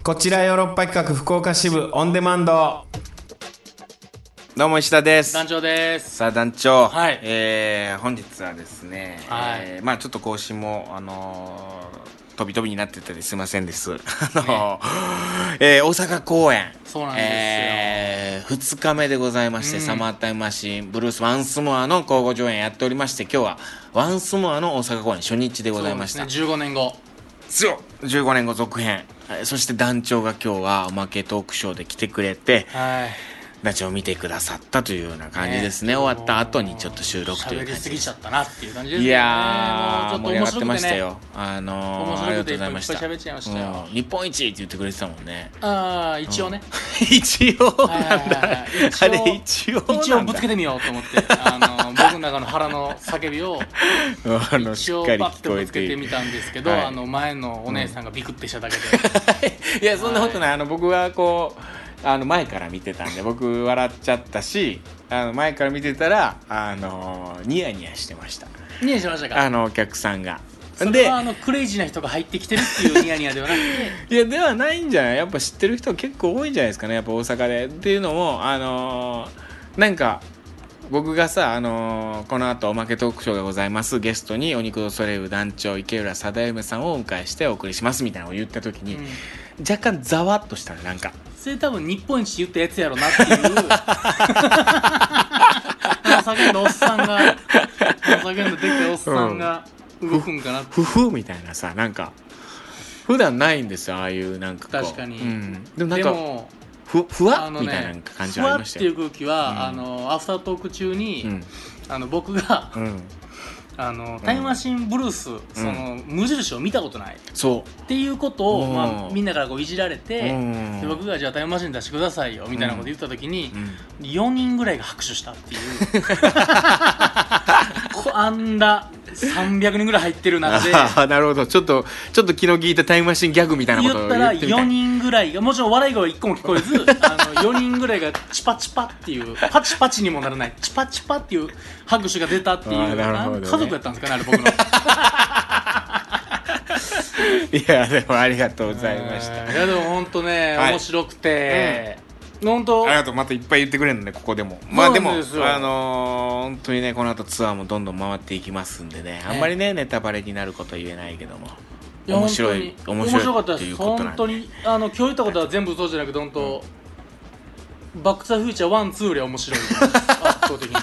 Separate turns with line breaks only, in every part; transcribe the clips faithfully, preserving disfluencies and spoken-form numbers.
こちらヨーロッパ企画福岡支部オンデマンド。どうも石田です。
団長です。
さあ団長、
はい、
えー、本日はですね、はい、えー、まあちょっと更新もあのー、飛び飛びになってたりすいませんです。あのーねえー、大阪公演、
そうなんですよ、
えー、ふつかめでございまして、うん、サマータイムマシンブルースワンスモアの交互上演やっておりまして、今日はワンスモアの大阪公演初日でございました。
そうですね、じゅうごねんご
そうじゅうごねんご続編、そして団長が今日はおまけトークショーで来てくれて、はい、団長を見てくださったというような感じですね。終わった後にちょっと収録という感じで、
喋りすぎちゃったなっていう感じですね。
いやー、
もう
盛り上がってましたよ。あのー、ありがとうございました。
いっぱい喋っちゃいましたよ、
うん、日本一って言ってくれてたもんね。
ああ、一応ね、
うん、一応なんだ、あれ一応
一応ぶつけてみようと思って、あのー、僕の中の腹の叫びを
あの
一応バッとぶつけてみたんですけど、はい、あの前のお姉さんがビクってしただけで、
うん、いやそんなことない、はい、あの僕はこうあの前から見てたんで僕笑っちゃったし、あの前から見てたらあのニヤニヤしてました。
ニヤニヤしてましたか？
あのお客さんが。
それはあのクレイジーな人が入ってきてるっていうニヤニヤではなくてい
やではないんじゃない？やっぱ知ってる人結構多いんじゃないですかね、やっぱ大阪で。っていうのもあのー、なんか僕がさ、あのー、この後おまけトークショーがございます、ゲストにお肉のソレイユ団長池浦貞夢さんをお迎えしてお送りしますみたいなのを言った時に、うん、若干ざわっとしたね。なんか
それ多分日本一言ったやつやろなっていう叫んだおっさんが叫んだでっかいおっさんが動くんかなって、
ふふみたいなさ、なんか普段ないんですよ、ああいうなんかこう。
確かに、
うん、でもなんか
でも
ふ, ふわっ、
ね、
みたいな感じありましたよ。
ふわっていう空気は、うん、あのアフタートーク中に、うん、あの僕が、うん、あのタイムマシンブルース、うん、その無印を見たことない、
そう
っていうことを、まあ、みんなからこういじられて、で僕がじゃあタイムマシン出してくださいよみたいなこと言った時に、うん、よにんぐらいが拍手したっていうあんなさんびゃくにんぐらい入ってる中で
あなるほど、ちょっとちょっと気の利いたタイムマシンギャグみたいなことを言ってみたい。
言ったらよにんぐらいが、もちろん笑い声はいっこも聞こえずあのよにんぐらいがチパチパっていう、パチパチにもならないチパチパっていう拍手が出たっていう、ね、家族やったんですかね、あれ僕の
いやでもありがとうございました。
いやでも本当ね、はい、面白くて、うん、本当
ありがとう。またいっぱい言ってくれるのね、ここでも。まあでもあのー、本当にね、この後ツアーもどんどん回っていきますんでね、あんまりねネタバレになることは言えないけども、い面白い面白いっていうことなんで、
本当にあの今日言ったことは全部嘘じゃなくて、本当、うん、バック・ザ・フューチャーワンツーよりは面白い圧倒的に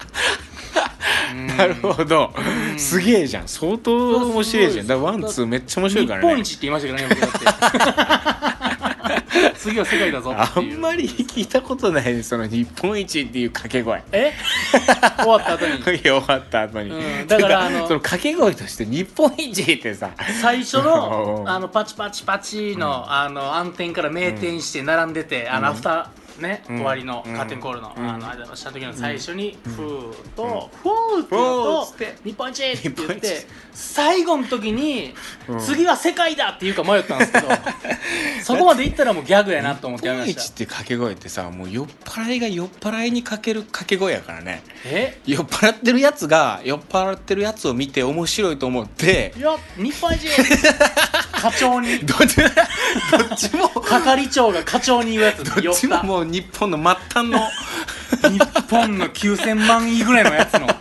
なるほど、すげえじゃん、相当面白いじゃん。だからワンツーめっちゃ面白いからね。
日本一って言いましたけどね、僕だって次は世界だぞっていう。
あんまり聞いたことない、その日本一っていう掛け声。
え終わった後に
いや終わった後に、
うん、だからあの
その掛け声として日本一ってさ、
最初のあのパチパチパチの、うん、あの暗転から名店して並んでて、うん、あのアフターね、うん、終わりのカーテンコールの、うん、あのあれをした時の最初に、うん、フーと、うん、フーって言うと日本一って言って最後の時に、うん、次は世界だって言うか迷ったんですけどそこまでいったらもうギャグやなと思ってやめました。
日本一って掛け声ってさ、もう酔っ払いが酔っ払いにかける掛け声やからね。
え
酔っ払ってるやつが酔っ払ってるやつを見て面白いと思って、
いや日本一課長に
どっちどっちも
係長が課長に言うやつ、
どっちももう日本の末端の
日本のきゅうせんまんいぐらいのやつの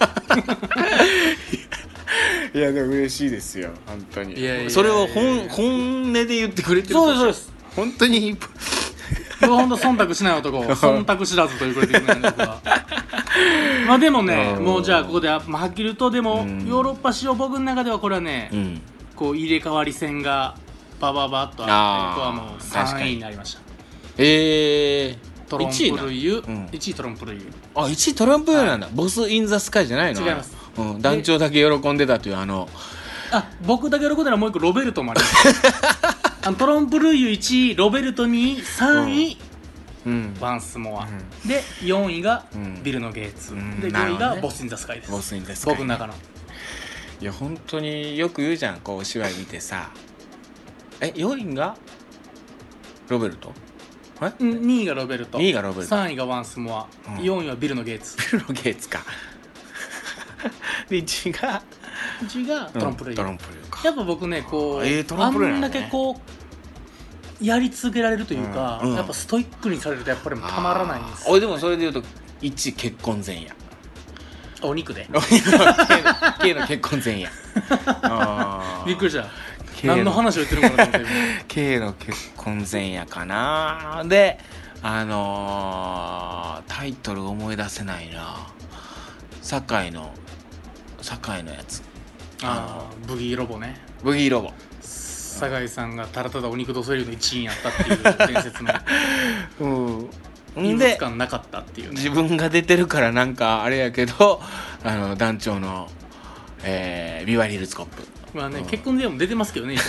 いやでも嬉しいですよ本当に。
いやいやいや、
それを 本, 本音で言ってくれてる。
そうですそうです、
本当に
本当忖度しない男忖度知らずというくれてくれるんですがまあでもね、もうじゃあここで、まあ、はっきり言うと、でも、うん、ヨーロッパ仕様僕の中ではこれはね、うん、こう入れ替わり戦がバババッとあって、ここはもうさんいになりました。
えー、
トロンプルユ、うん、いちいトロンプルユ。
あ、いちいトロンプルユなんだ、はい、ボス・イン・ザ・スカイじゃないの？
違います、
うん、団長だけ喜んでたという、あの
あ、僕だけ喜んでたらもう一個ロベルトもありますあのトロンプルユいちい、ロベルトにい、さんい、うん、ワンスモア、うん、でよんいがビルのゲイツ、うん、でごいがボス・イン・ザ・スカイです。
ボス・イン・ザ・スカイ、
僕の中の。
いや本当によく言うじゃん、こうお芝居見てさ、えよんいがロベルト、
にいがロベルト、
にいがロベルト、
さんいがワンスモア、うん、よんいはビルのゲイツ。
ビルのゲイツかでいちいが
いちいがトロンプルユ、
うん、トロンプルユか。
やっぱ僕ね、こう、
えー、トロンプルユなんだね、
あんだけこうやり続けられるというか、
うんうん、
やっぱストイックにされるとやっぱりたまらないんですよ。
俺でもそれで言うといち結婚前夜。
お肉で
K の結婚前夜。
あびっくりした。何の話を言ってるのかなと思って
K の結婚前夜かな。であのー、タイトル思い出せないな。堺の堺のやつ。
ああブギーロボね。
ブギーロボ。
堺さんがただただお肉とソリューの一員やったっていう伝説のうん異物感なかったっていう、ね、
自分が出てるからなんかあれやけどあの団長の、えー、ビバリーヒルズコップ
まあね、うん、結婚前夜も出てますけどね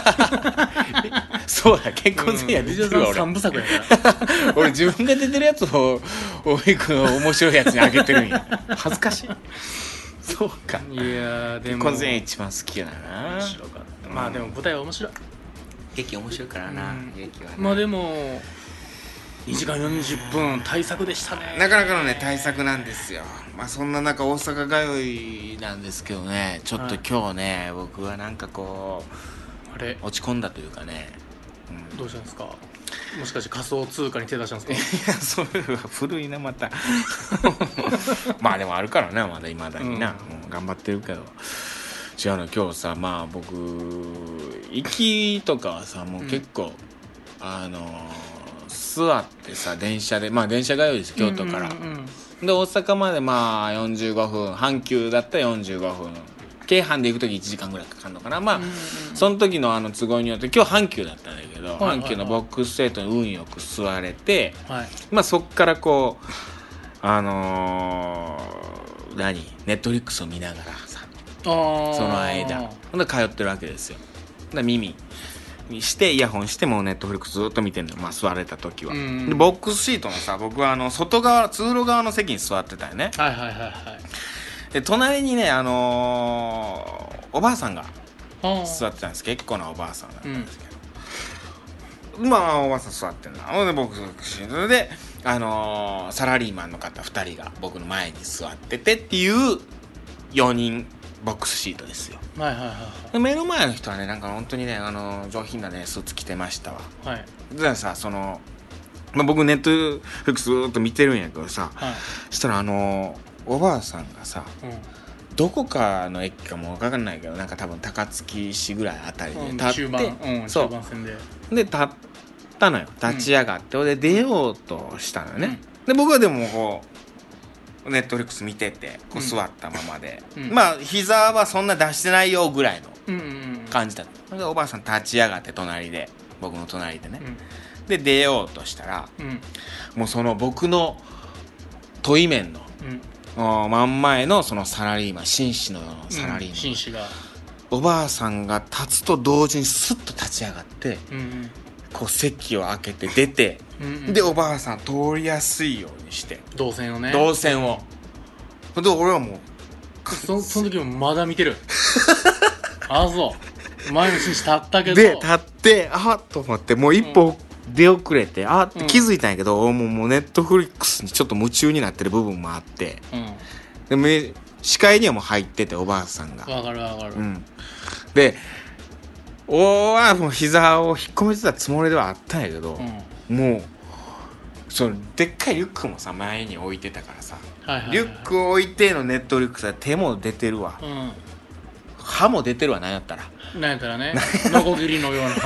そうだ結婚前夜出てるわ、
うん、俺さんぶさくやから
俺自分が出てるやつをお肉の面白いやつにあげてるんや恥ずかしいそうか。
いやでも
結婚前夜一番好きやな。
面白かった、うん、まあでも舞台は面白い。
劇面白いからな、うん、劇はね。
まあでもにじかんよんじゅっぷん大作でしたね。
なかなかのね大作なんですよ。まあそんな中大阪通いなんですけどね、ちょっと今日ね、はい、僕はなんかこうあれ落ち込んだというかね、
うん、どうしたんですか。もしかして仮想通貨に手出したん
ですか。いやそれは古いなまたまあでもあるからねまだ未だにな、うんうん、頑張ってるけど違うの今日さまあ僕行きとかはさもう結構、うん、あの座ってさ電車でまあ電車通いです京都から、うんうんうん、で大阪までまあよんじゅうごふん阪急だったらよんじゅうごふん京阪で行くときいちじかんぐらいかかるのかなまあ、うんうんうん、その時のあの都合によって今日阪急だったんだけど、はいはいはい、阪急のボックスセートに運よく座れて、はい、まあそっからこうあのー、何ネットフリックスを見ながらさその間ほんで通ってるわけですよ。で耳にしてイヤホンしてもうネットフリックスずっと見てるのよ、まあ、座れた時は、うんうん、でボックスシートのさ僕はあの外側通路側の席に座ってたよね。
はいはいはいはい。
で隣にねあのー、おばあさんが座ってたんです。結構なおばあさんだったんですけど、うん、まあおばあさん座ってんなでボックスシートであのー、サラリーマンの方ふたりが僕の前に座っててっていうよにんボックスシートですよ。
はいはいはい、はい、
で目の前の人はねなんか本当にねあの上品なねスーツ着てましたわ。はい。でさその、まあ、僕ネットフリックスずっと見てるんやけどさ、はい、したらあのおばあさんがさ、うん、どこかの駅かも分からないけどなんか多分高槻市ぐらいあたりで立って、うん、
中盤、うん、
そう
中盤線で
で立ったのよ立ち上がって、うん、で出ようとしたのよね、うん、で僕はでもこうネットフリックス見ててこう座ったままで、うん、まあ膝はそんな出してないよぐらいの感じだった、うんうん、でおばあさん立ち上がって隣で僕の隣でね、うん、で出ようとしたら、うん、もうその僕の問い面の、うん、真ん前のそのサラリーマン紳士のようなサラリーマン、うん、
紳士が
おばあさんが立つと同時にスッと立ち上がって、うんうん、こう席を開けて出て、うんうん、でおばあさん通りやすいようにして
動線をね
動線をで俺はもう
そ, その時もまだ見てるああそう前の紳士立ったけど
で立ってあっと思ってもう一歩出遅れて、うん、あって気づいたんやけど、うん、もうもうネットフリックスにちょっと夢中になってる部分もあって、うん、で視界にはもう入ってておばあさんが
わかるわかる、うん、
でおはもう膝を引っ込めてたつもりではあったんやけど、うん、もうそのでっかいリュックもさ前に置いてたからさ、はいはいはいはい、リュックを置いてのネットフリックスは手も出てるわ、うん、歯も出てるわなんやったら
なんやったらねノコギリのような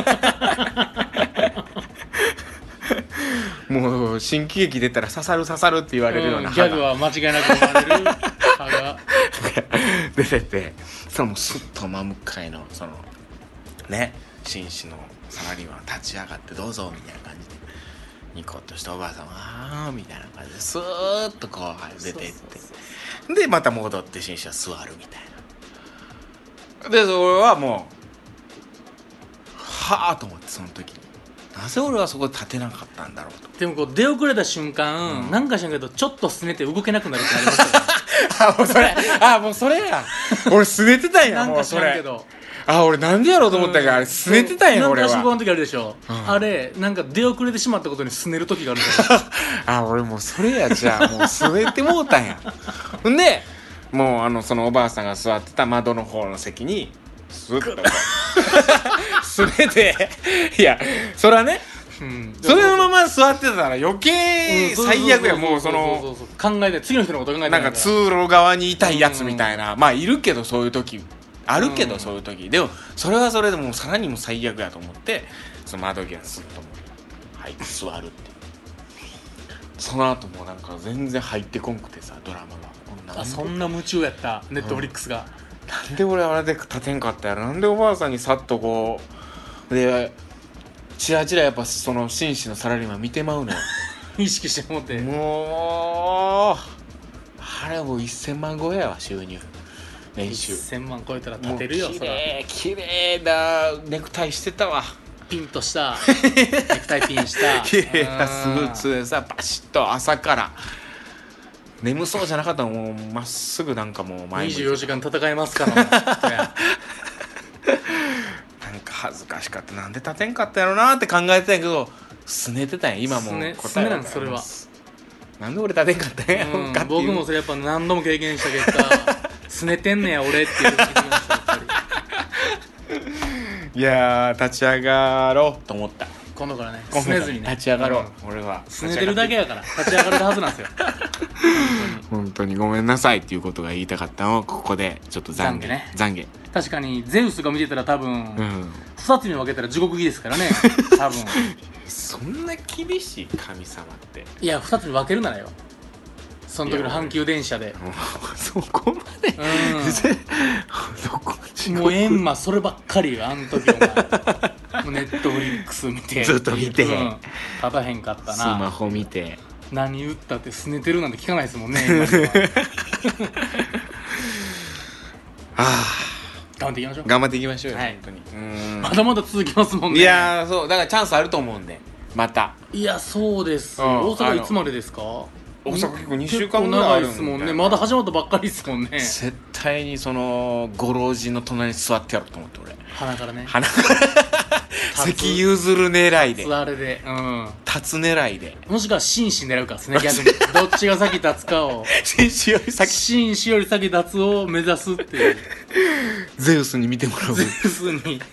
もう新喜劇出たら刺さる刺さるって言われるような歯が、
うん、ギャグは間違いなく生まれる歯が
出ててそのスッと真向かいのそのね紳士のサラリーマン立ち上がってどうぞみたいな感じでニコッとしたおばあさんはあーみたいな感じでスーッとこう出ていってでまた戻って紳士は座るみたいなで俺はもうはあと思ってその時になぜ俺はそこで立てなかったんだろうと。
でもこう出遅れた瞬間、うん、なんかしらんけどちょっとすねて動けなくなるってありますよね
あもうそれあもうそれや俺すねてたんや
なんか知らんけど
あ俺なんでやろうと思ったから、うん、あれすねてたんや俺は。
なんか足の時あるでしょ、うん、あれなんか出遅れてしまったことにすねる時があるんですよ
あ俺もうそれやじゃあもうすねてもうたんやんでもうあのそのおばあさんが座ってた窓の方の席にスッとこうすねていやそれはね、うん、それのまま座ってたら余計最悪や。もうその
考えて次の人のこと考えて
なんか通路側にいたいやつみたいな、まあいるけどそういう時あるけど、そういう時でもそれはそれでもうさらにも最悪やと思ってその窓際にスッともはい座るって。その後もなんか全然入ってこんくてさドラマ
が。あそんな夢中やったネットフリックスが、
うん、なんで俺あれで立てんかったやろ。なんでおばあさんにさっとこうでチラチラやっぱその紳士のサラリーマン見てまうのよ
意識してもって
もうあれもうせんまん超えやわ収入年収
せんまん超えたら立てるよ。
きれいきれいなネクタイしてたわ。
ピンとしたネクタイピンした
きれいなスーツでさバシッと朝から眠そうじゃなかったらもうまっすぐなんかもう前
にじゅうよじかん戦えますからなんか
恥ずかしかった。なんで立てんかったやろなって考えてたんやけどすねてたんや今もう答え
すねなんそれは
なんで俺立てんかったんやろうかっていう。
僕もそれやっぱ何度も経験した結果すねてんねや俺っていう気づきましたやっぱり。
いやー立ち上がろうと思った。
今度からねすねずにね
立ち上がろう、うん、俺は
すねてるだけやから立ち上がれるはずなんですよ
本当にごめんなさいっていうことが言いたかったのをここでちょっと懺悔ね懺悔。
確かにゼウスが見てたら多分、うん、ふたつに分けたら地獄木ですからね多分
そんな厳しい神様って。
いやふたつに分けるならよその時の阪急電車で
そこまで、うん、そこ
もうえんまそればっかりよあの時お前もうネットフリックス見て
ずっと見て、うん、
立たへんかったな。
スマホ見て
何言ったってすねてるなんて聞かないですもんね今ではあ頑張っていきましょう
頑張っていきましょうよ、
はい、
本当にうん
まだまだ続きますもんね。
いやそうだからチャンスあると思うんでまた。
いやそうです、うん、大阪いつまでですか。
大阪結構にしゅうかんぐらいあるん
ですもんね。まだ始まったばっかりですもんね。
絶対にそのご老人の隣に座ってやろうと思って俺
鼻からね
鼻から席譲る狙いで
立つあれで、うん、
立つ狙いで
もしくは紳士狙うかですね逆にどっちが先立つかを
紳士より先
紳士より先立つを目指すっていう
ゼウスに見てもらう
ゼウスにほんまに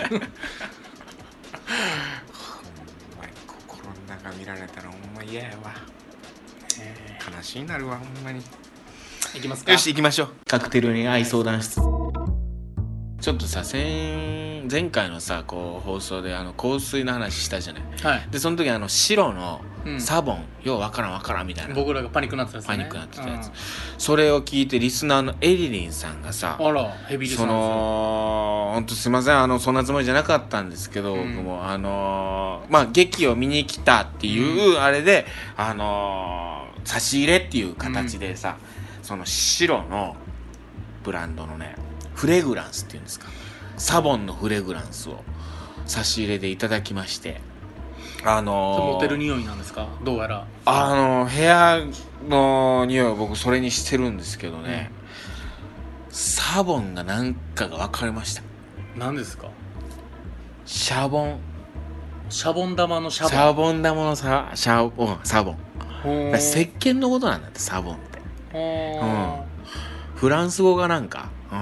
心の中見られたらほんま嫌やわ。悲しいなるわほんまに。
行きますか。
よし行きましょう。カクテル恋愛相談室。ちょっとさ前前回のさこう放送であの香水の話したじゃない、
はい、
でその時あの白のサボン、うん、ようわからんわからんみたいな
僕らがパニックになってたやつ、ね、
パニックになってたやつ、うん、それを聞いてリスナーのエリリンさんがさ
あらヘビーリスナー
その本当すいませんあのそんなつもりじゃなかったんですけど、うん、僕もあのー、まあ劇を見に来たっていうあれで、うん、あのー、差し入れっていう形でさ、うん、その白のブランドのねフレグランスっていうんですかサボンのフレグランスを差し入れでいただきましてあのー、
モテる匂いなんですかどうやら
あのー、部屋の匂いを僕それにしてるんですけどね、うん、サボンが何かが分かりました。
何ですか。
シャボン
シャボン玉のシャボン
シャボン玉のサシャボンサボン石鹸のことなんだってサボンって、うん、フランス語がなんか、うん、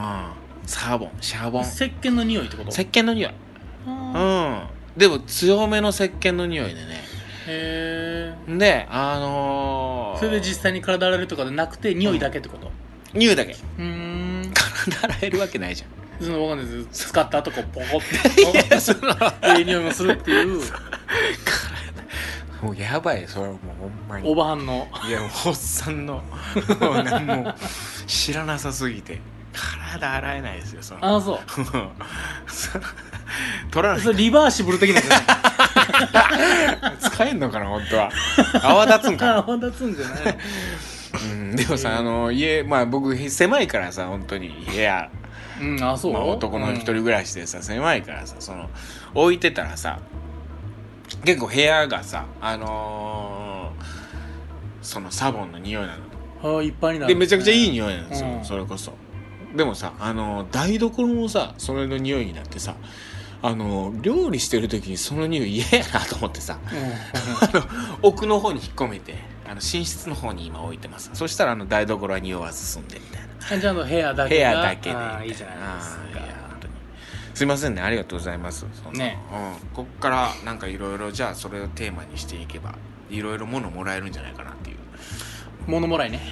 サボンシャボン
石鹸の匂いってこと。
石鹸の匂いうんでも強めの石鹸の匂いでね
へ
えであのー、
それで実際に体洗えるとかでなくて匂いだけってこと、
うん、匂いだけ
うーん
体洗えるわけないじゃん。
そのわかんないです使った後こうポコっていやそのいい匂いもするっていう
もうやばいそれはもうほんまに
おばはんの
いやもうおっさんのもう何も知らなさすぎて体洗えないですよその
ああそう
取らない
それリバーシブル的なんじゃ
ない使えんのかな本当は泡立つんかな
泡立つんじゃないの
うん、でもさ、えー、あの家まあ僕狭いからさ本当に部屋
うん、あそう、
まあ、男の一人暮らしでさ、うん、狭いからさその置いてたらさ結構部屋がさあのー、そのサボンの匂いな
のあいっぱいになる、
ね、でめちゃくちゃいい匂いなんですよ、うん、それこそでもさあのー、台所もさそれの匂いになってさあのー、料理してる時にその匂い嫌やなと思ってさ、うん、あの奥の方に引っ込めてあの寝室の方に今置いてますそしたらあの台所は匂わず済んでみたいな
じゃあの部屋だけ
部屋だけで
あいいじゃないですか。
いや本当にすいませんね、ありがとうございます。
ね、
うん、こっからなんかいろいろじゃあそれをテーマにしていけばいろいろ物もらえるんじゃないかなっていう。
物もらいね。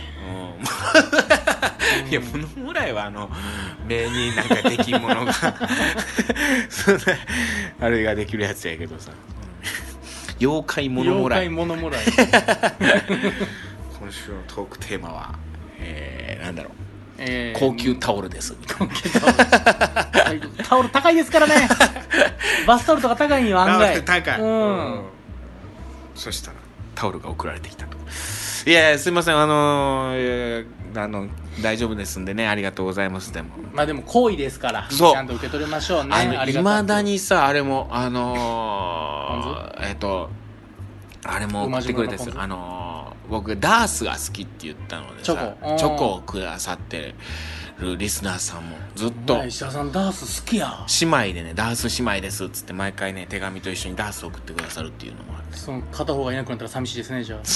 うん、いや物もらいはあの目になんかできんものがそんなあれができるやつやけどさ、うん、妖怪物もらい。
妖怪物もらい。
今週のトークテーマは、えー、なんだろう。
えー、
高級タオルです。
高級タオル。タオル高いですからね。バスタオルとか高いんよ、案外。
高い。うん。そしたらタオルが送られてきたと。いやいや、すいません、あのー、あの大丈夫ですんでね、ありがとうございます。でも
まあでも好意ですからちゃんと受け取りましょうね。
いまだにさ、あれもあのー、えっ、ー、とあれも送ってくれてですよ。あのー、僕ダースが好きって言ったのでさ、チョコチョコをくださってるリスナーさんもずっと、
石田さんダース好きや。
姉妹でね、ダース姉妹ですっつって毎回ね手紙と一緒にダース送ってくださるっていうのもある。
その片方がいなくなったら寂しいですね。じゃあ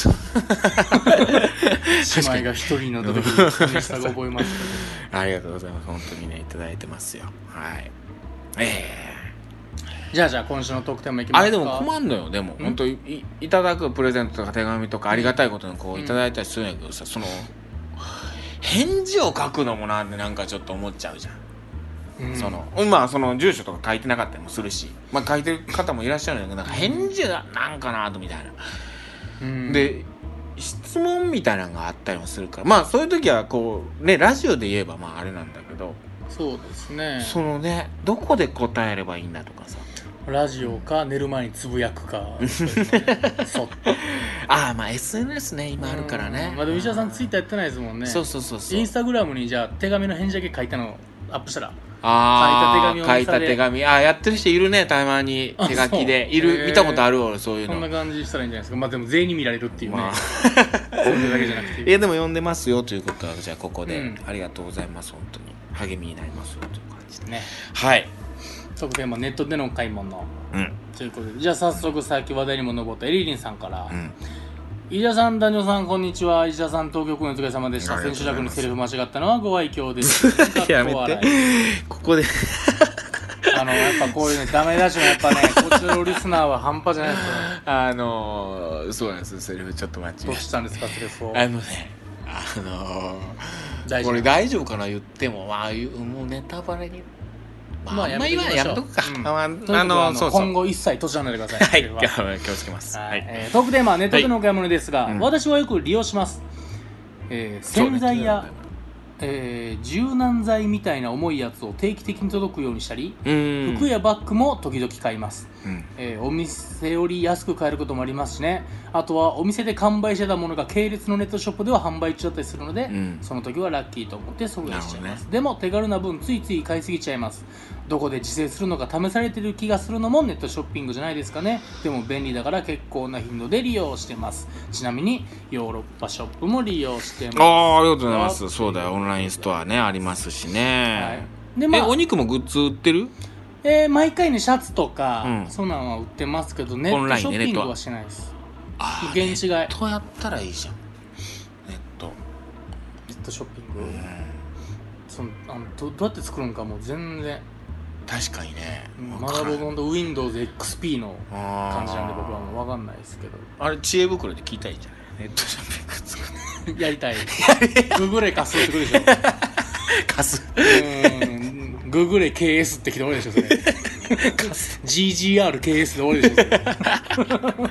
姉妹が一人になった時に寂しさが覚えますけど。
ありがとうございます。本当にねいただいてますよ。はい。え
ー、じゃあじゃあ今週のトークテーマいきますか。
あれでも困んのよ。でも本当 い, い, いただくプレゼントとか手紙とかありがたいことにこういただいたりするんやけどさ、うん、その返事を書くのもなんでなんかちょっと思っちゃうじゃん。うん、そのまあその住所とか書いてなかったりもするし、まあ書いてる方もいらっしゃるんだけど、なんか返事がなんかなとみたいな、うん、で質問みたいなのがあったりもするから、まあそういう時はこうねラジオで言えばまああれなんだけど、
そうですね、
そのねどこで答えればいいんだとかさ、
ラジオか寝る前につぶやくかそっと
ああまあ エスエヌエス ね今あるからね。
まあでも石田さんツイッターやってないですもんね。
そうそうそうそう。
インスタグラムにじゃあ手紙の返事だけ書いたのアップしたら、
あ書いた手紙を書いた手紙、あやってる人いるね、たまに手書きでいる、見たことある俺そういうの。
そんな感じしたらいいんじゃないですか。まあでも全員に見られるっていうね、まあ、それだけじゃなくて、
いやでも読んでますよということはじゃあここで、うん、ありがとうございます、本当に励みになりますよという感じでね。はい。
トークテーマネットでの買い物、うん、ということで、じゃあ早速さっき話題にも上ったエリリンさんから、うん、石田さん、男女さん、こんにちは。石田さん、東京公演お疲れ様でした。千秋楽にセリフ間違ったのはご愛嬌です。
やめて。ここで
あのやっぱこういうねダメ出しもやっぱねこちらのリスナーは半端じゃないですよ。
あのー、そうなんですよ。セリフちょっと間違えた。
どうしたんですかセリフを。
あのね、あのー、これ大丈夫かな言っても、まあもうネタバレに。まあ、まあ、今やめとくか。うん、あ
のそうそう今後一切閉じらないでください。
はい、気をつけます。
はい、えー、トークテーマはネットでのお買い物ですが、はい、私はよく利用します。えー、洗剤や、えー、柔軟剤みたいな重いやつを定期的に届くようにしたり、服やバッグも時々買います。うん、えー、お店より安く買えることもありますしね。あとはお店で完売してたものが系列のネットショップでは販売中だったりするので、うん、その時はラッキーと思って即買いしちゃいます、ね、でも手軽な分ついつい買いすぎちゃいます。どこで自制するのか試されてる気がするのもネットショッピングじゃないですかね。でも便利だから結構な頻度で利用してます。ちなみにヨーロッパショップも利用してます。
ああ、ありがとうございます。そうだよ、オンラインストアねありますしね、はい。で、まあ、えお肉もグッズ売ってる？
えー、毎回ねシャツとか、うん、そんなのは売ってますけどネットショッピングはしないです。
あ
現地買い。
ネットやったらいいじゃん。ネット
ネットショッピング、うん、そのあの ど, どうやって作るのかもう全然
確かにね、
まだ僕ほんと ウィンドウズエックスピー の感じなんで僕はもう分かんないですけど、
あれ知恵袋で聞いたらいいんじゃない？ネットショッピング作る
やりたいググレカスってくるでしょ
カス
うんググレ ケーエス って聞いて終わりでしょそれカス ジージーアールケーエス で終わりでしょ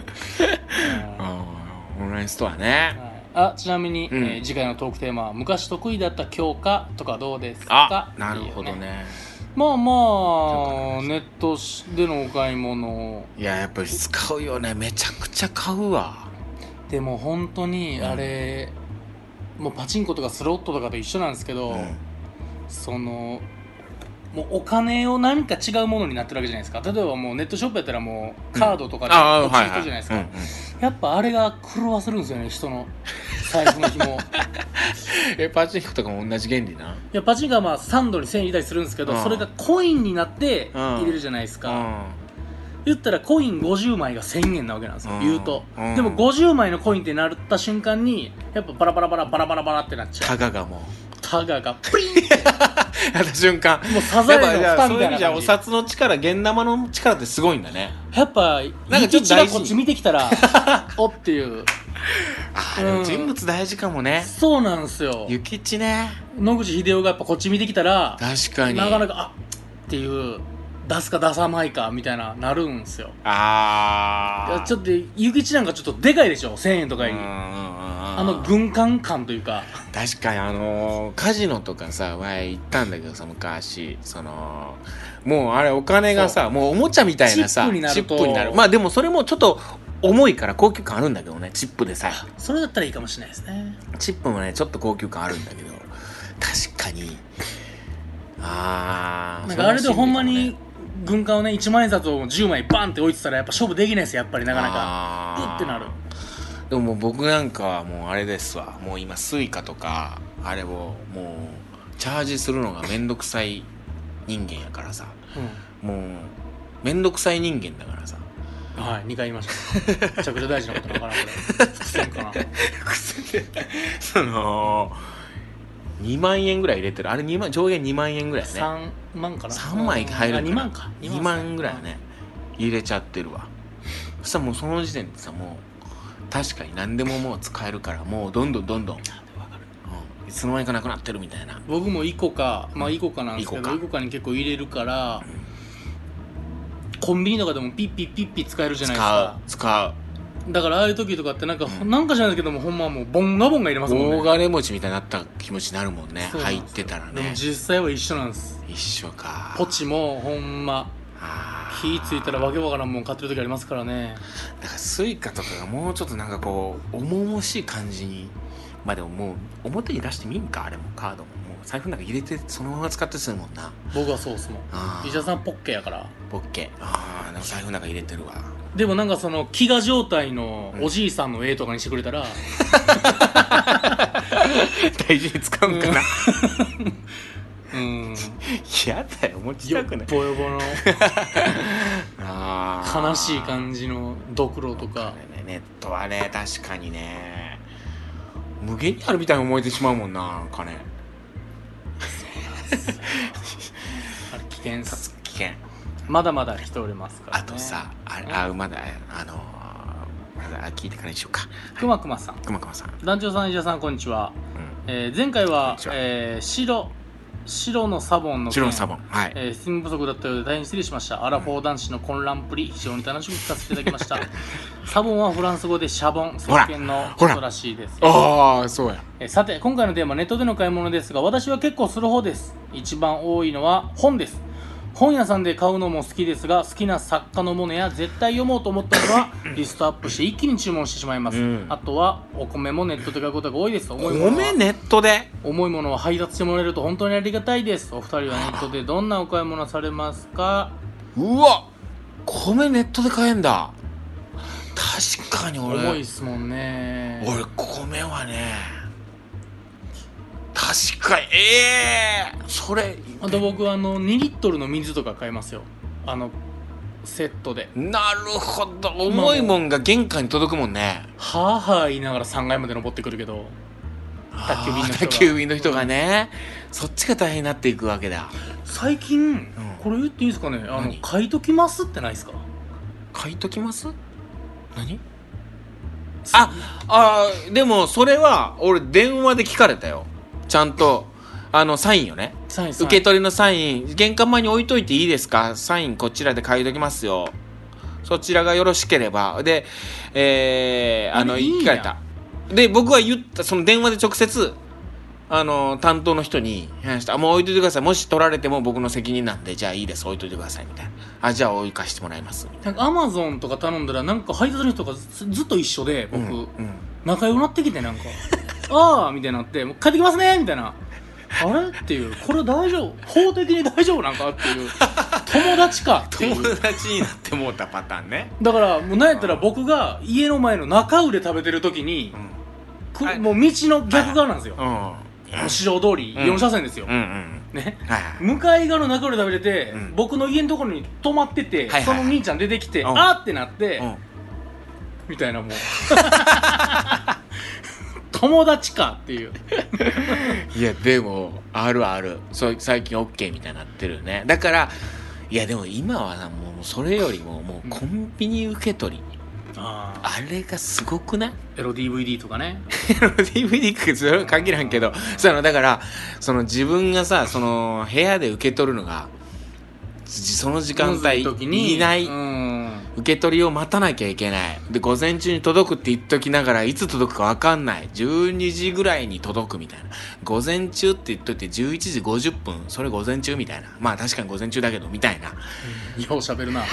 オンラインストアね、
はい、あちなみに、うん、えー、次回のトークテーマは昔得意だった教科とかどうですか？
あなるほどね。
まあまあネットでのお買い物、
いややっぱり使うよね。めちゃくちゃ買うわ。
でも本当にあれ、うん、もうパチンコとかスロットとかと一緒なんですけど、うん、そのもうお金を何か違うものになってるわけじゃないですか。例えばもうネットショップやったらもうカードとかで落ちる人じゃないですか、うんはいはいうんうん、やっぱあれが狂わせるんですよね人の財布の紐
えパチンコとかも同じ原理な。
いやパチンコはまあサンドにせんえん入れたりするんですけど、うん、それがコインになって入れるじゃないですか、うん、言ったらコインごじゅうまいがせんえんなわけなんですよ、うん、言うと、うん、でもごじゅうまいのコインってなった瞬間にやっぱバラバラバラバラバラバラってなっちゃう。
タガがもう
タ歯ががプリンって
やった瞬間
もうサザエの蓋みたいな感じ。
そういう意味じゃお札の力、現玉の力ってすごいんだね。
やっぱ
なんかちょっと大事
がこっち見てきたらおっていう
あー、でも人物大事かもね。
そうなんですよ。
諭吉ね。
野口英世がやっぱこっち見てきたら
確かに
なかなかあっていう出すか出さないかみたいななるんですよ。
あー、
いやちょっと諭吉なんかちょっとでかいでしょ、せんえんとかより。あの軍艦感というか。
確かにあのー、カジノとかさ前行ったんだけどさ、昔そのもうあれお金がさもうおもちゃみたいなさ
チップになると
チップになる。まあでもそれもちょっと重いから高級感あるんだけどね、チップでさえ。
それだったらいいかもしれないですね。
チップもねちょっと高級感あるんだけど、確かにあー
なんかあれでほんまに軍艦をねいちまん円札をじゅうまいバンって置いてたらやっぱ勝負できないですよ、やっぱりなかなかうってなる。
でももう僕なんかはもうあれですわ、もう今スイカとかあれをもうチャージするのがめんどくさい人間やからさ、うん、もうめんどくさい人間だからさ。
はい、にかい言いましためちゃくちゃ大事なことだからこれ伏線かな
伏線でそのにまんえんぐらい入れてる、あれにまん上限にまんえんぐらいね。
さんまんかな、
さんまい入るから
にまんか
にまんぐらいね入れちゃってるわ。そしたらもうその時点でさ、もう確かに何でももう使えるから、もうどんどんどんどん、うん、いつの間にかなくなってるみたいな。
僕もイコカ、まあイコカなんですけど、イコカに結構入れるから、うん、コンビニとかでもピッピッピッピ使えるじゃないですか。
使う使う。
だからああいう時とかってなんか、うん、なんかじゃないけどもほんまもうボンガボンが入れますもんね。
大金持ちみたいになった気持ちになるもんね、入ってたらね。
でも実際は一緒なんです。
一緒か。
ポチもほんま火ついたらわけわからんもん買ってる時ありますからね。
だからスイカとかがもうちょっとなんかこう重々しい感じに、まあでももう表に出してみんか、あれもカードももう財布の中入れてそのまま使ってするもんな。
僕はそうっすもん。医者さんポッケやから
ポッケ、ああでも財布の中入れてるわ。
でもなんかその飢餓状態のおじいさんの絵とかにしてくれたら、うん、
大事に使うんかな
うん
嫌だよ、持ちたくない。
よっぼよぼの
あ
悲しい感じのドクロとか、
ね、ネットはね確かにね無限にあるみたいに思えてしまうもんな、金。
あれ危険っす。
危険。
まだまだ来ておりますからね。
あとさ、あれ、あ、まだ、あのー、まだ聞いてからにしようか。
くまくまさん。
くまくまさん。
団長さん、医者さん、こんにちは。うん、えー、前回は、えー、白、白のサボンの件、
白のサボン、はい。
えー、質問不足だったようで大変失礼しました。アラフォー男子の混乱っぷり、非常に楽しく聞かせていただきました。サボンはフランス語でシャボン、双剣のことらしいです。
ああ、そうや。
えー、さて、今回のテーマ、ネットでの買い物ですが、私は結構する方です。一番多いのは本です。本屋さんで買うのも好きですが、好きな作家のものや絶対読もうと思ったのはリストアップして一気に注文してしまいます、うん、あとはお米もネットで買うことが多いです。重いものは
米ネットで
重いものは配達してもらえると本当にありがたいです。お二人はネットでどんなお買い物されますか？
うわ、米ネットで買えんだ。確かに俺
重いっすもんね。
俺米はね確かに、ええー、それ
あと僕はあのにリットルの水とか買いますよ、あのセットで。
なるほど、重いもんが玄関に届くもんね。
はぁはぁ言いながらさんがいまで登ってくるけど、宅急便の人が
宅急便の人がね、うん、そっちが大変になっていくわけだ。
最近、うん、これ言っていいですかね、あの買いときますってないですか？
買いときます何？ああ、でもそれは俺電話で聞かれたよ、ちゃんと。あのサインよね、
サイン
受け取りのサイン、玄関前に置いといていいですか、サインこちらで書いときますよ、そちらがよろしければ。で、えー、あの
いい
聞かれた。で僕は言った、その電話で直接あの担当の人に話した。もう置いといてください、もし取られても僕の責任なんで、じゃあいいです、置いといてくださいみたいな。あ、じゃあ置かしてもらいますみたいな。
なんかアマゾンとか頼んだらなんか配達の人がずっと一緒で、僕、うんうん、仲良くなってきて、なんかああみたいになって、もう帰ってきますねみたいな、あれっていう、これ大丈夫、法的に大丈夫なんかっていう、友達かっていう、
友達になってもうたパターンね。
だからもうなんやったら僕が家の前の中売食べてる時に、うん、もう道の逆側なんですよ、うん、市場通りよん車線ですよ、うんうんうん、ね、はいはい、向かい側の中売食べてて、うん、僕の家のところに止まってて、はいはいはい、その兄ちゃん出てきて、うん、あーってなって、うん、みたいな、もう友達かっていう
いやでもあるある、そう最近 OK みたいになってるよね。だからいやでも今はもうそれよりももうコンビニ受け取り、うん、あ, あれがすごくない？
エロ ディーブイディー とかね
エロ ディーブイディー かそれは限らんけど、そのだからその自分がさその部屋で受け取るのがその時間帯にいない、うん、受け取りを待たなきゃいけない。で午前中に届くって言っときながらいつ届くか分かんない。じゅうにじぐらいに届くみたいな。午前中って言っといてじゅういちじごじゅっぷん、それ午前中みたいな。まあ確かに午前中だけどみたいな、
うん、よう喋るな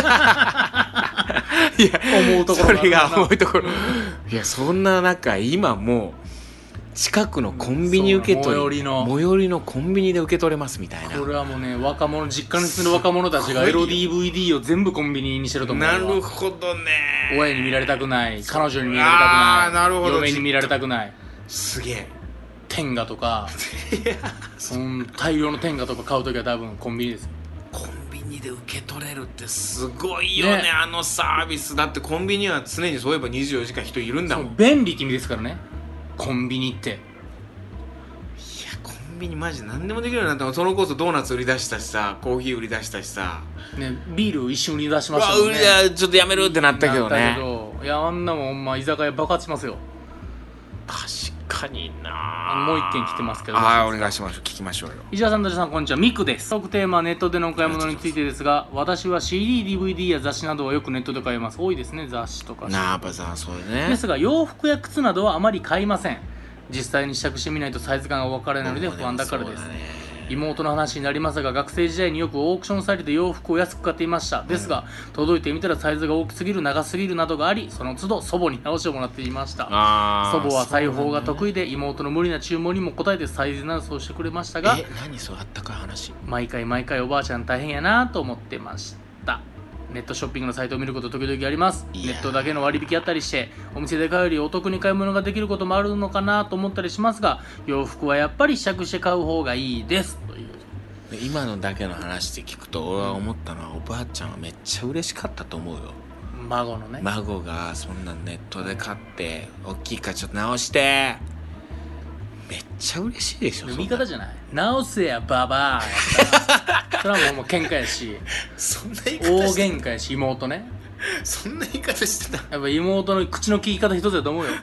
いや思うところそれが思うところいやそんな中今もう近くのコンビニ受け取り、最寄りの最寄りのコンビニで受け取れますみたいな。
これはもうね、若者実家に住んでる若者たちがエロ ディーブイディー を全部コンビニにしてると思う。
なるほどね。
親に見られたくない、彼女に見られたくない、あなるほど、嫁に見られたくない。
すげえ
天下とかそん大量の天下とか買うときは多分コンビニですよ。
コンビニで受け取れるってすごいよ ね, ねあのサービスだって。コンビニは常にそういえばにじゅうよじかん人いるんだもん。
便利って意味ですからねコンビニって。いや
コンビニマジ何でもできるようになった。そのこそドーナツ売り出したしさ、コーヒー売り出したしさ、
ね、ビール一瞬売り出しましたもんね。
うわちょっとやめるってなったけどね。
なったけどいやあんなもんほんま居酒屋爆発しますよ。
確かにな。
もう一件来てますけど。
ああお願いします。聞きましょうよ。
石田さん、ダジさん、こんにちは。ミクです。トークテーマはネットでのお買い物についてですが、私は シーディー、ディーブイディー や雑誌などはよくネットで買います。多いですね、雑誌とか。
なあやっぱさそうよね。
ですが洋服や靴などはあまり買いません。実際に試着してみないとサイズ感が分からないので不安だからです。妹の話になりますが、学生時代によくオークションサイトで洋服を安く買っていました。ですが、うん、届いてみたらサイズが大きすぎる、長すぎるなどがあり、その都度祖母に直してもらっていました。祖母は裁縫が得意で、妹の無理な注文にも応えてサイズ直しをしてくれましたが、
え何そうあったかい話。
毎回毎回おばあちゃん大変やなと思ってました。ネットショッピングのサイトを見ること時々あります。ネットだけの割引あったりしてお店で買うよりお得に買い物ができることもあるのかなと思ったりしますが、洋服はやっぱり試着して買う方がいいですという。
今のだけの話で聞くと俺は思ったのは、おばあちゃんはめっちゃ嬉しかったと思うよ。
孫のね、
孫がそんなネットで買って大きいからちょっと直してめっちゃ嬉しいでしょ。
言い方じゃない、直せやババアやったらそれはもう喧嘩やし
そんな言い方して
大喧嘩やし、妹ね
そんな言い方してた。
やっぱ妹の口の利き方一つだと思うよ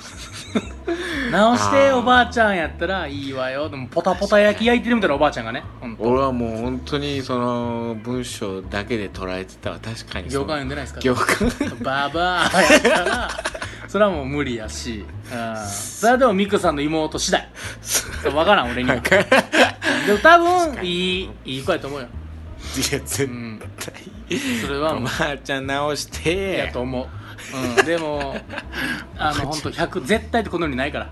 直しておばあちゃんやったらいいわよ。でもポタポタ焼き焼いてるみたいなおばあちゃんがね、
俺はもう本当にその文章だけで捉えてたわ。確かに
行間読んでないですか。
行間
ババアやったらそれはもう無理やし、うん、それはでもミクさんの妹次第分からん俺にはでも多分いいいい子やと思うよ。い
や絶対、うん、
それはもう
おばあちゃん直して
やと思う。うん、でもあの本当ひゃく絶対ってこのようにないから、うん、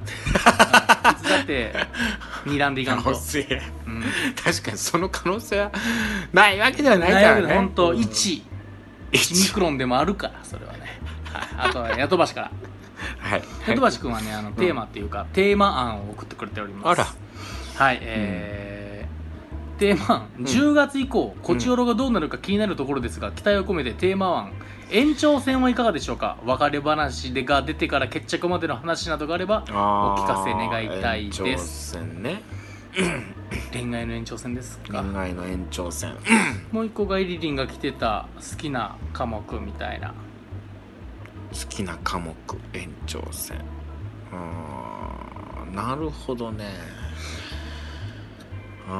いつだって睨んでいかんと、うん、
確かにその可能性はないわけではないからね。
本当いちミクロンでもあるからそれはね。あとはヤトバシから
はい、
ヤトバシ君はねあのテーマっていうか、うん、テーマ案を送ってくれております。
あら
はい、えー、テーマ案、うん、じゅうがつ以降こちおろがどうなるか気になるところですが、期待を込めてテーマ案延長戦はいかがでしょうか。別れ話でが出てから決着までの話などがあればお聞かせ願いたいです。
延長戦ね
恋愛の延長戦ですか。
恋愛の延長戦
もう一個がイリリンが来てた好きな科目みたいな。
好きな科目延長戦、うーんなるほどね。うー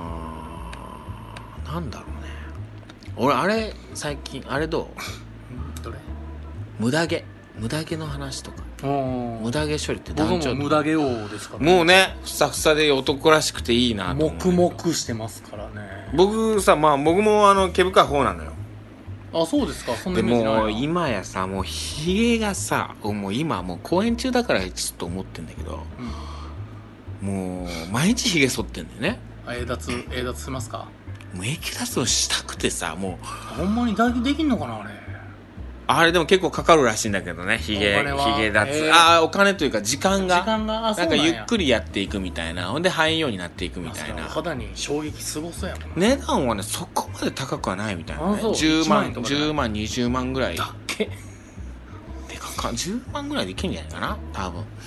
んなんだろうね。俺あれ最近あれどう
どれ
無駄毛無駄毛の話とか。無駄毛処理って
団長僕も無駄毛王ですから、
ね、もうねふさふさで男らしくていいなと思う。
黙々してますからね。
僕さまあ僕もあの毛深い方なのよ。あ
そうですか。そんなイメージないな。
でも今やさもうひげがさもう今もう公演中だからちょっと思ってんだけど、うん、もう毎日ひげ剃ってんだよね。
栄脱栄脱しますか。
もう液脱をしたくてさもう
ほんまに脱できんのかなあれ。
あれでも結構かかるらしいんだけどね、ひげひげ脱、えー、ああお金というか時間が
時間が
なんかゆっくりやっていくみたいな。ほんで入んようになっていくみたいな。
肌に衝撃すごそうやもん。
値段はねそこまで高くはないみたいなね。じゅうまんじゅうまんにじゅうまんぐらい
だっけ
でかかじゅうまんぐらいでいけんじゃないかな多分。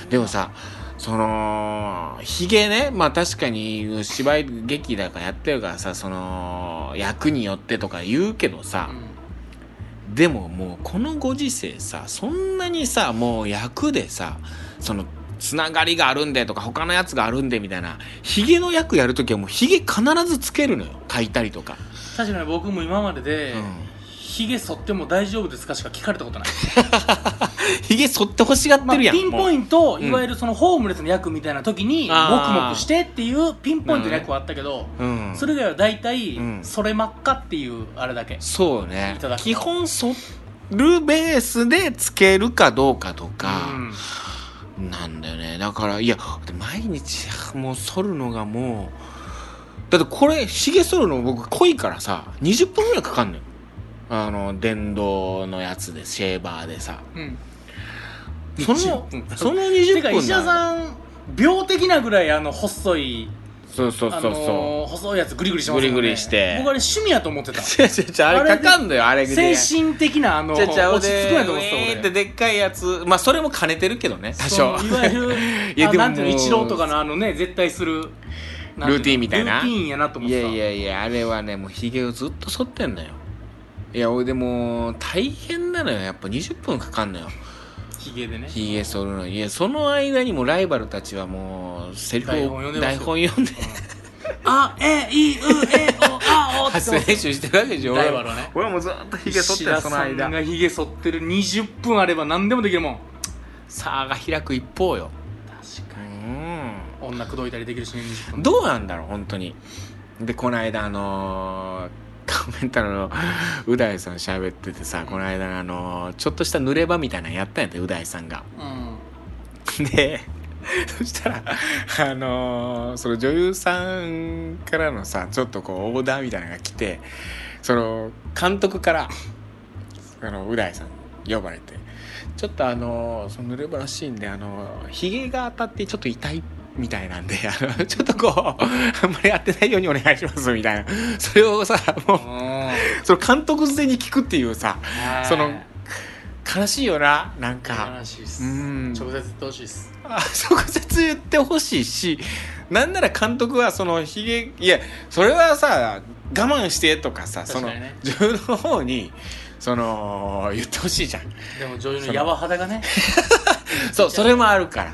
でもさそのヒゲね、まあ確かに芝居劇だからやってるからさ、その役によってとか言うけどさ、うん、でももうこのご時世さ、そんなにさもう役でさそのつながりがあるんでとか他のやつがあるんでみたいな、ヒゲの役やるときはもうヒゲ必ずつけるのよ、書いたりとか。
確かに僕も今までで、うん、ヒゲ剃っても大丈夫ですかしか聞かれたことない。
ヒゲ剃ってほしがってるやん、
まあ、ピンポイント、いわゆるそのホームレスの役みたいな時に、もくもくしてっていうピンポイントの役はあったけど、うん、それ以外は大体、うん、それ真っ赤っていうあれだけ。
そうね、基本剃るベースでつけるかどうかとか、うん、なんだよね。だからいや毎日もう剃るのがもう、だってこれヒゲ剃るの僕濃いからさにじゅっぷんぐらいかかんのよ、あの電動のやつでシェーバーでさ、うん、そのそのにじゅっぷん
てか石田さん病的なぐらいあの細い、
そうそうそうそう、あの
ー、細いやつグリグリしますよね。
グリグリして
僕あれ趣味やと思ってた。
違う違う違う、あれかかんのよ、あれ
精神的なあの落ち着くやと思ってた俺。
ででっかいやつ、まあそれも兼ねてるけどね多少。
いわゆるいやでもなんていうの、イチローとかのあのね絶対する
ルーティンみたいな、
ルーティンやなと思ってた。
いやいやいや、あれはねもうヒゲをずっと剃ってんのよ。いや俺でも大変なのよ、やっぱにじゅっぷんかかんのよ、
ヒゲでね。
ヒゲ剃るの。いやその間にもライバルたちはもうセリフを台本読んで
あえいうえおあおって
発声練習してるわけでしょ。
ライバルはね。
俺もずっとヒゲ剃ってる、その間。
石田さんがヒゲ剃ってるにじゅっぷんあれば何でもできるもん。
差が開く一方よ。
確かに。うん。女口説いたりできるしね、にじゅっぷん。
どうなんだろう本当に。でこの間あのーコメンタルのう大さん喋っててさ、この間あのちょっとした濡れ場みたいなのやったんやて、う大さんが、うん、でそしたらあのー、その女優さんからのさちょっとこうオーダーみたいなのが来て、その監督からあのう大さん呼ばれて、ちょっとあのー、その濡れ場のシーンであのひげが当たってちょっと痛いみたいなんで、あのちょっとこうあんまりやってないようにお願いしますみたいな、それをさもうその監督捨てに聞くっていうさ、その悲しいよな、なんか
悲しいっす、うん、直接言ってほしいっす。
あ、直接言ってほしいし、なんなら監督はそのひげ、いやそれはさ我慢してとかさ、その自分の方にその言ってほしいじゃん。
でも女優のヤバ肌がね
そう、それもあるから。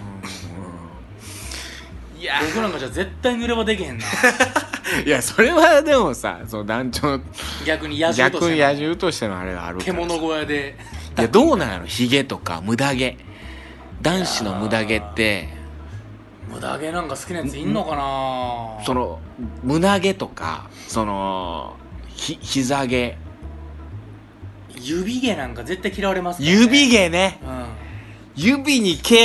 いや僕なんかじゃ絶対濡れ場できへんな。
いやそれはでもさ、その団長
逆に野獣としての
逆に野獣としてのあれがあるから、
獣小屋で
いやどうなんやろ、ヒゲとかムダ毛、男子のムダ毛って
ムダ毛なんか好きなやついんのかな。
その胸毛とかそのひ膝毛、
指毛なんか絶対嫌われますからね。
指毛ね、うん、指に毛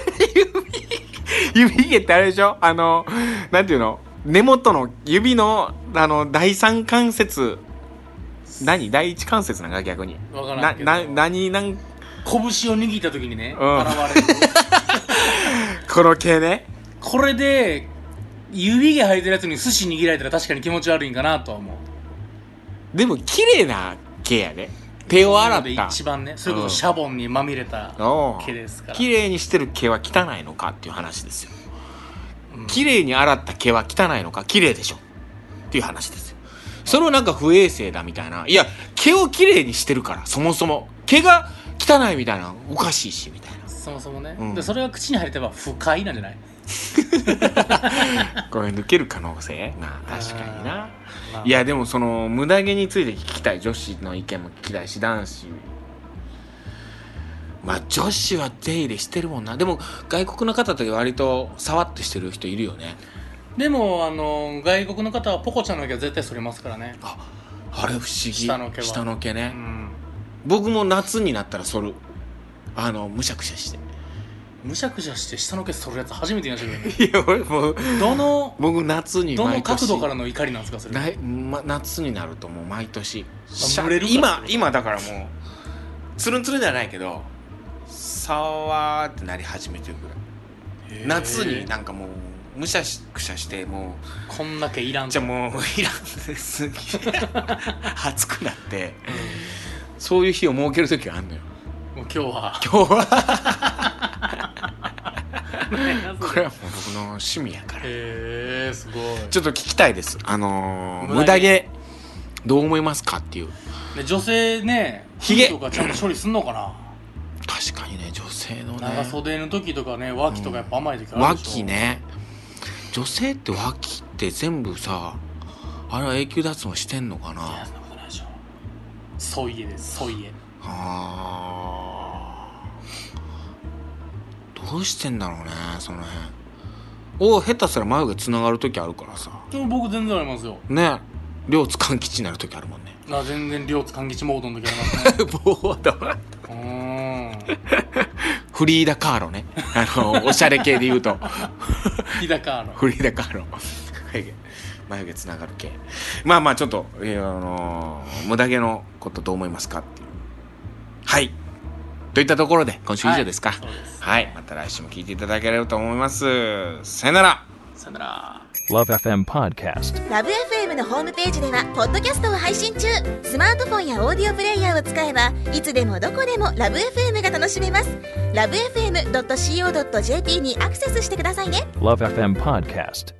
指指毛ってあれでしょ、あのなんていうの、根元の指のあの第三関節、何第一関節なんか逆に
分からんけど、
なな何なん
拳を握った時にね、うん、現れる
この毛ね。こ
れで指毛生えてるやつに寿司握られたら確かに気持ち悪いんかなとは思う。
でも綺麗な毛やね、手を洗った
一番ね、それこそシャボンにまみれた毛ですから、
綺麗にしてる毛は汚いのかっていう話ですよ、うん、綺麗に洗った毛は汚いのか、綺麗でしょっていう話ですよ。それをなんか不衛生だみたいな、いや毛を綺麗にしてるから、そもそも毛が汚いみたいなおかしいしみたいな、
そもそもね、うん、でそれが口に入れてば不快なんじゃない
これ抜ける可能性、まあ確かにな。いやでもそのムダ毛について聞きたい、女子の意見も聞きたいし、男子、まあ女子は手入れしてるもんな。でも外国の方って割とサワッとしてる人いるよね。
でもあの外国の方はポコちゃんの毛は絶対剃りますからね。
あ、あれ不思議、
下の毛は、
下の毛ね、うん、僕も夏になったら剃る、あのむしゃくしゃして、
むしゃくしゃして下の毛剃るやつ初めて見ましたけどね。
いや俺もう
どの
僕夏に毎年
どの角度からの怒りなんですかそれ、
ま、夏になるともう毎年、
ま、
今今だからもうツルンツルンじゃないけどサワーってなり始めてるぐらい、夏になんかもうむしゃくしゃしても
うこんだけいらん、
じゃもういらんすぎ暑くなって、うん、そういう日を設ける時があるのよ。
もう今日は
今日はこれはもう僕の趣味やから。
へえ、すごい。
ちょっと聞きたいです。あのー、無駄毛どう思いますかっていう。
で女性ね、
ひげ
とかちゃんと処理すんのかな。
確かにね、女性のね、
長袖の時とかね、脇とかやっぱ甘い時あるでしょ、うん、
脇ね。女性って脇って全部さ、あれは永久脱毛してんのかな。
いや、そんなことないでしょ。ソイエです、ソイエ。
あー、どうしてんだろうね、その辺。お、下手すら眉毛つながる時あるからさ。
でも僕全然ありますよ
ね。両津勘吉になる時あるもんね。
あ、全然両津勘吉モードの時ありますね。
ボードうーんフリーダカーロね、あのおしゃれ系で言うと
フリーダカーロ
フリーダカーロ眉毛つながる系。まあまあちょっと、えー、あのー、無駄毛のことどう思いますかっていう。はいといったところで今週以上ですか。はい、そうです、はい、また来週も聞いていただければと思います。さよなら。
さよなら。
Love エフエム Podcast。
ラブ エフエム のホームページではポッドキャストを配信中。スマートフォンやオーディオプレイヤーを使えばいつでもどこでもラブ エフエム が楽しめます。ラブ エフエムドットシーオードットジェーピー にアクセスしてくださいね。
Love エフエム Podcast